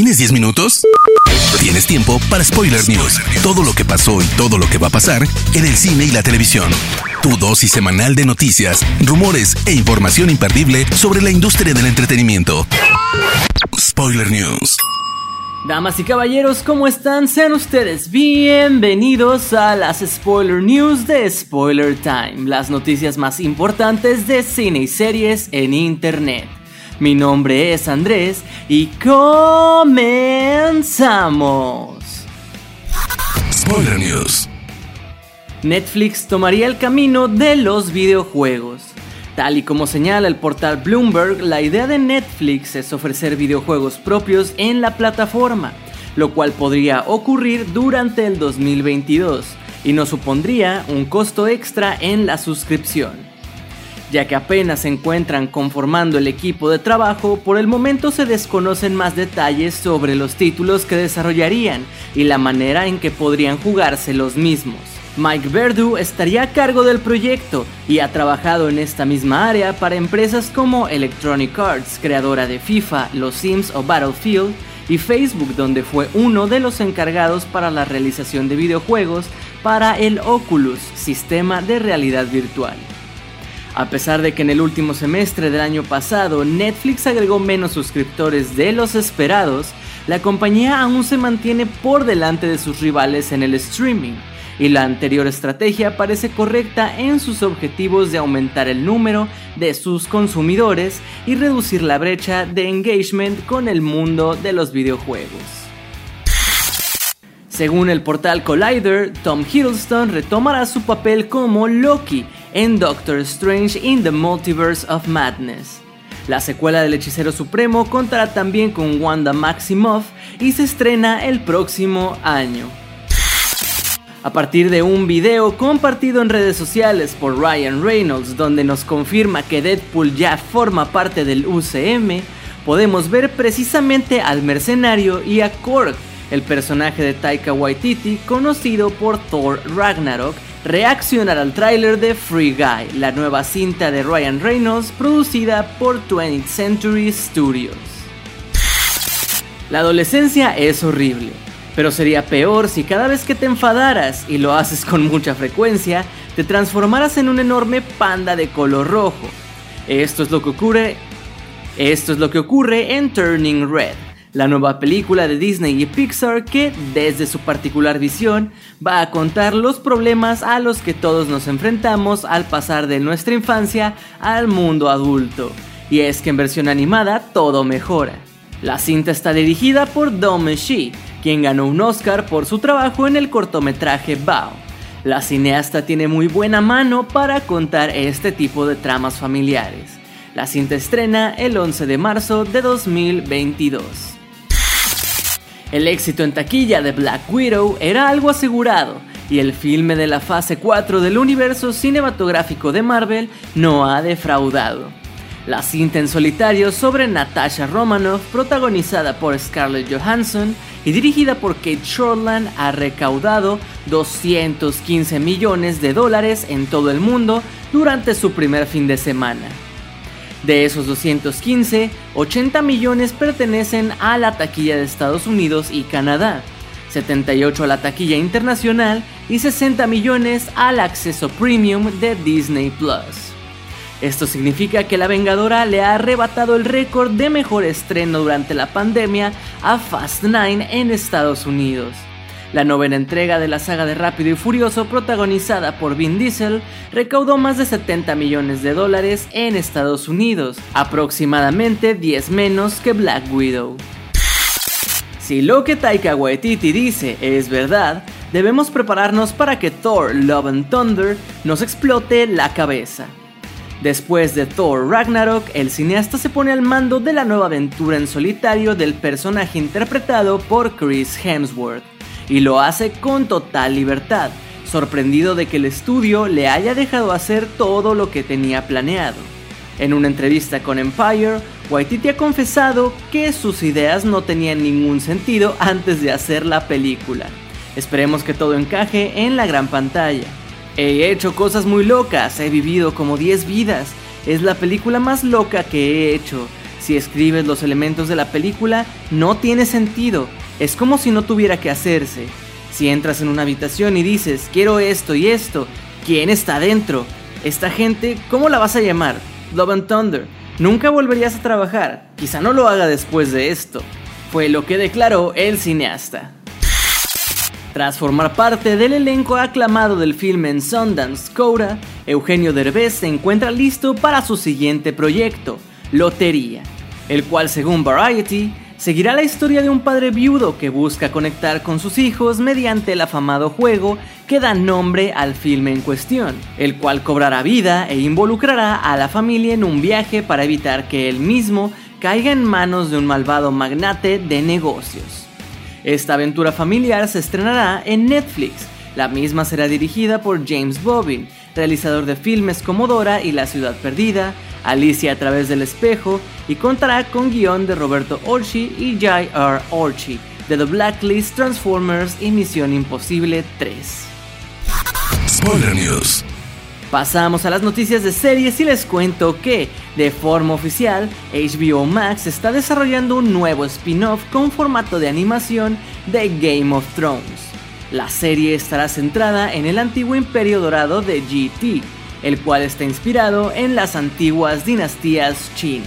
¿Tienes 10 minutos? Tienes tiempo para Spoiler News. Todo lo que pasó y todo lo que va a pasar en el cine y la televisión. Tu dosis semanal de noticias, rumores e información imperdible sobre la industria del entretenimiento. Spoiler News. Damas y caballeros, ¿cómo están? Sean ustedes bienvenidos a las Spoiler News de Spoiler Time, las noticias más importantes de cine y series en internet. Mi nombre es Andrés y comenzamos. Spoiler News. Netflix tomaría el camino de los videojuegos. Tal y como señala el portal Bloomberg, la idea de Netflix es ofrecer videojuegos propios en la plataforma, lo cual podría ocurrir durante el 2022 y no supondría un costo extra en la suscripción. Ya que apenas se encuentran conformando el equipo de trabajo, por el momento se desconocen más detalles sobre los títulos que desarrollarían y la manera en que podrían jugarse los mismos. Mike Verdu estaría a cargo del proyecto y ha trabajado en esta misma área para empresas como Electronic Arts, creadora de FIFA, Los Sims o Battlefield, y Facebook, donde fue uno de los encargados para la realización de videojuegos para el Oculus, sistema de realidad virtual. A pesar de que en el último semestre del año pasado Netflix agregó menos suscriptores de los esperados, la compañía aún se mantiene por delante de sus rivales en el streaming, y la anterior estrategia parece correcta en sus objetivos de aumentar el número de sus consumidores y reducir la brecha de engagement con el mundo de los videojuegos. Según el portal Collider, Tom Hiddleston retomará su papel como Loki en Doctor Strange in the Multiverse of Madness. La secuela del Hechicero Supremo contará también con Wanda Maximoff y se estrena el próximo año. A partir de un video compartido en redes sociales por Ryan Reynolds, donde nos confirma que Deadpool ya forma parte del UCM, podemos ver precisamente al mercenario y a Korg, el personaje de Taika Waititi conocido por Thor Ragnarok, reaccionar al tráiler de Free Guy, la nueva cinta de Ryan Reynolds producida por 20th Century Studios. La adolescencia es horrible, pero sería peor si cada vez que te enfadaras, y lo haces con mucha frecuencia, te transformaras en un enorme panda de color rojo. Esto es lo que ocurre en Turning Red, la nueva película de Disney y Pixar que, desde su particular visión, va a contar los problemas a los que todos nos enfrentamos al pasar de nuestra infancia al mundo adulto. Y es que en versión animada todo mejora. La cinta está dirigida por Domee Shi, quien ganó un Oscar por su trabajo en el cortometraje Bao. La cineasta tiene muy buena mano para contar este tipo de tramas familiares. La cinta estrena el 11 de marzo de 2022. El éxito en taquilla de Black Widow era algo asegurado, y el filme de la fase 4 del universo cinematográfico de Marvel no ha defraudado. La cinta en solitario sobre Natasha Romanoff, protagonizada por Scarlett Johansson y dirigida por Kate Shortland, ha recaudado $215 millones en todo el mundo durante su primer fin de semana. De esos 215, 80 millones pertenecen a la taquilla de Estados Unidos y Canadá, 78 a la taquilla internacional y 60 millones al acceso premium de Disney Plus. Esto significa que La Vengadora le ha arrebatado el récord de mejor estreno durante la pandemia a Fast 9 en Estados Unidos. La novena entrega de la saga de Rápido y Furioso, protagonizada por Vin Diesel, recaudó más de $70 millones en Estados Unidos, aproximadamente 10 menos que Black Widow. Si lo que Taika Waititi dice es verdad, debemos prepararnos para que Thor: Love and Thunder nos explote la cabeza. Después de Thor Ragnarok, el cineasta se pone al mando de la nueva aventura en solitario del personaje interpretado por Chris Hemsworth, y lo hace con total libertad, sorprendido de que el estudio le haya dejado hacer todo lo que tenía planeado. En una entrevista con Empire, Waititi ha confesado que sus ideas no tenían ningún sentido antes de hacer la película. Esperemos que todo encaje en la gran pantalla. He hecho cosas muy locas, he vivido como 10 vidas. Es la película más loca que he hecho. Si escribes los elementos de la película, no tiene sentido, es como si no tuviera que hacerse. Si entras en una habitación y dices, quiero esto y esto, ¿quién está dentro? Esta gente, ¿cómo la vas a llamar? Love and Thunder. Nunca volverías a trabajar, quizá no lo haga después de esto. Fue lo que declaró el cineasta. Tras formar parte del elenco aclamado del filme en Sundance, Coda, Eugenio Derbez se encuentra listo para su siguiente proyecto, Lotería, el cual, según Variety, seguirá la historia de un padre viudo que busca conectar con sus hijos mediante el afamado juego que da nombre al filme en cuestión, el cual cobrará vida e involucrará a la familia en un viaje para evitar que él mismo caiga en manos de un malvado magnate de negocios. Esta aventura familiar se estrenará en Netflix. La misma será dirigida por James Bobbin, realizador de filmes como Dora y La Ciudad Perdida, Alicia a través del espejo, y contará con guión de Roberto Orci y J.R. Orci, de The Blacklist, Transformers y Misión Imposible 3. Spoiler News. Pasamos a las noticias de series y les cuento que, de forma oficial, HBO Max está desarrollando un nuevo spin-off con formato de animación de Game of Thrones. La serie estará centrada en el antiguo imperio dorado de GT, el cual está inspirado en las antiguas dinastías chinas.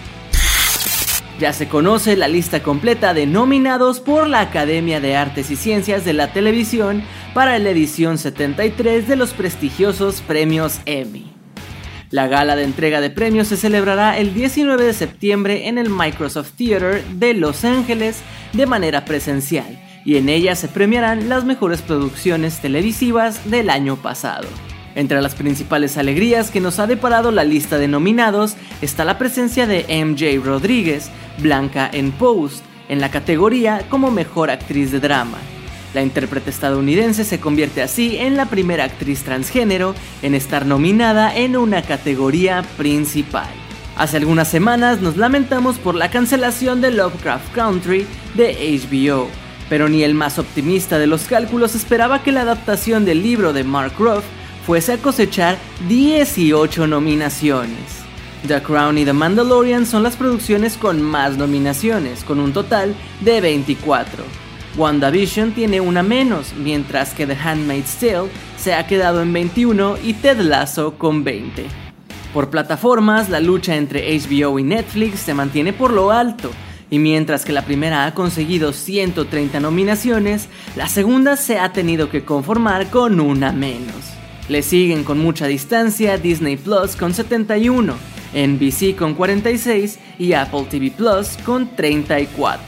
Ya se conoce la lista completa de nominados por la Academia de Artes y Ciencias de la Televisión para la edición 73 de los prestigiosos premios Emmy. La gala de entrega de premios se celebrará el 19 de septiembre en el Microsoft Theater de Los Ángeles de manera presencial, y en ella se premiarán las mejores producciones televisivas del año pasado. Entre las principales alegrías que nos ha deparado la lista de nominados está la presencia de MJ Rodríguez, Blanca en Post, en la categoría como Mejor Actriz de Drama. La intérprete estadounidense se convierte así en la primera actriz transgénero en estar nominada en una categoría principal. Hace algunas semanas nos lamentamos por la cancelación de Lovecraft Country de HBO, pero ni el más optimista de los cálculos esperaba que la adaptación del libro de Mark Ruff fuese a cosechar 18 nominaciones. The Crown y The Mandalorian son las producciones con más nominaciones, con un total de 24. WandaVision tiene una menos, mientras que The Handmaid's Tale se ha quedado en 21 y Ted Lasso con 20. Por plataformas, la lucha entre HBO y Netflix se mantiene por lo alto, y mientras que la primera ha conseguido 130 nominaciones, la segunda se ha tenido que conformar con una menos. Le siguen con mucha distancia Disney Plus con 71, NBC con 46 y Apple TV Plus con 34.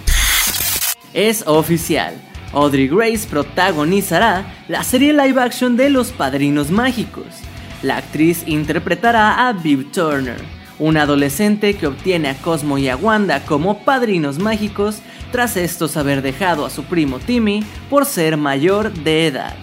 Es oficial, Audrey Grace protagonizará la serie live action de Los Padrinos Mágicos. La actriz interpretará a Viv Turner, una adolescente que obtiene a Cosmo y a Wanda como padrinos mágicos tras estos haber dejado a su primo Timmy por ser mayor de edad.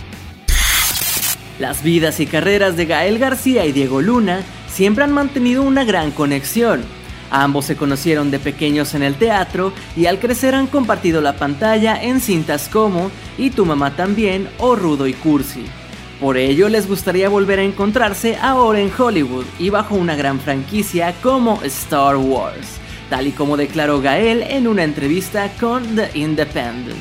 Las vidas y carreras de Gael García y Diego Luna siempre han mantenido una gran conexión. Ambos se conocieron de pequeños en el teatro y al crecer han compartido la pantalla en cintas como Y tu mamá también o Rudo y Cursi. Por ello les gustaría volver a encontrarse ahora en Hollywood y bajo una gran franquicia como Star Wars, tal y como declaró Gael en una entrevista con The Independent.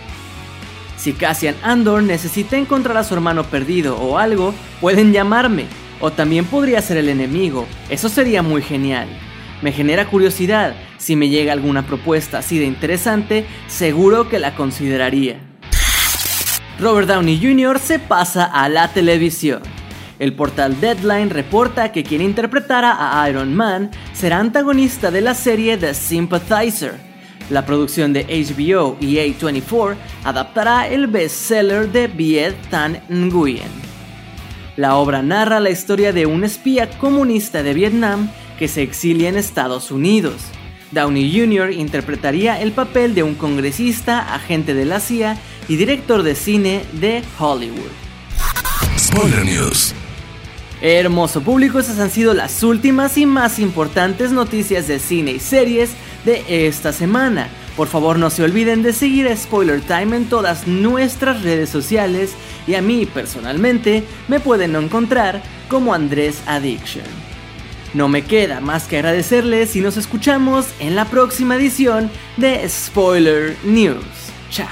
Si Cassian Andor necesita encontrar a su hermano perdido o algo, pueden llamarme, o también podría ser el enemigo, eso sería muy genial. Me genera curiosidad, si me llega alguna propuesta así de interesante, seguro que la consideraría. Robert Downey Jr. se pasa a la televisión. El portal Deadline reporta que quien interpretara a Iron Man será antagonista de la serie The Sympathizer. La producción de HBO y A24 adaptará el bestseller de Viet Thanh Nguyen. La obra narra la historia de un espía comunista de Vietnam que se exilia en Estados Unidos. Downey Jr. interpretaría el papel de un congresista, agente de la CIA y director de cine de Hollywood. Spoiler News. Hermoso público, esas han sido las últimas y más importantes noticias de cine y series de esta semana. Por favor no se olviden de seguir a Spoiler Time en todas nuestras redes sociales y a mí personalmente me pueden encontrar como Andrés Addiction. No me queda más que agradecerles y nos escuchamos en la próxima edición de Spoiler News. Chao.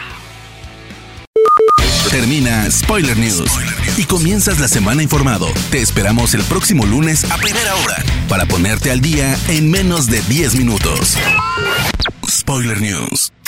Termina Spoiler News y comienzas la semana informado. Te esperamos el próximo lunes a primera hora para ponerte al día en menos de 10 minutos. Spoiler News.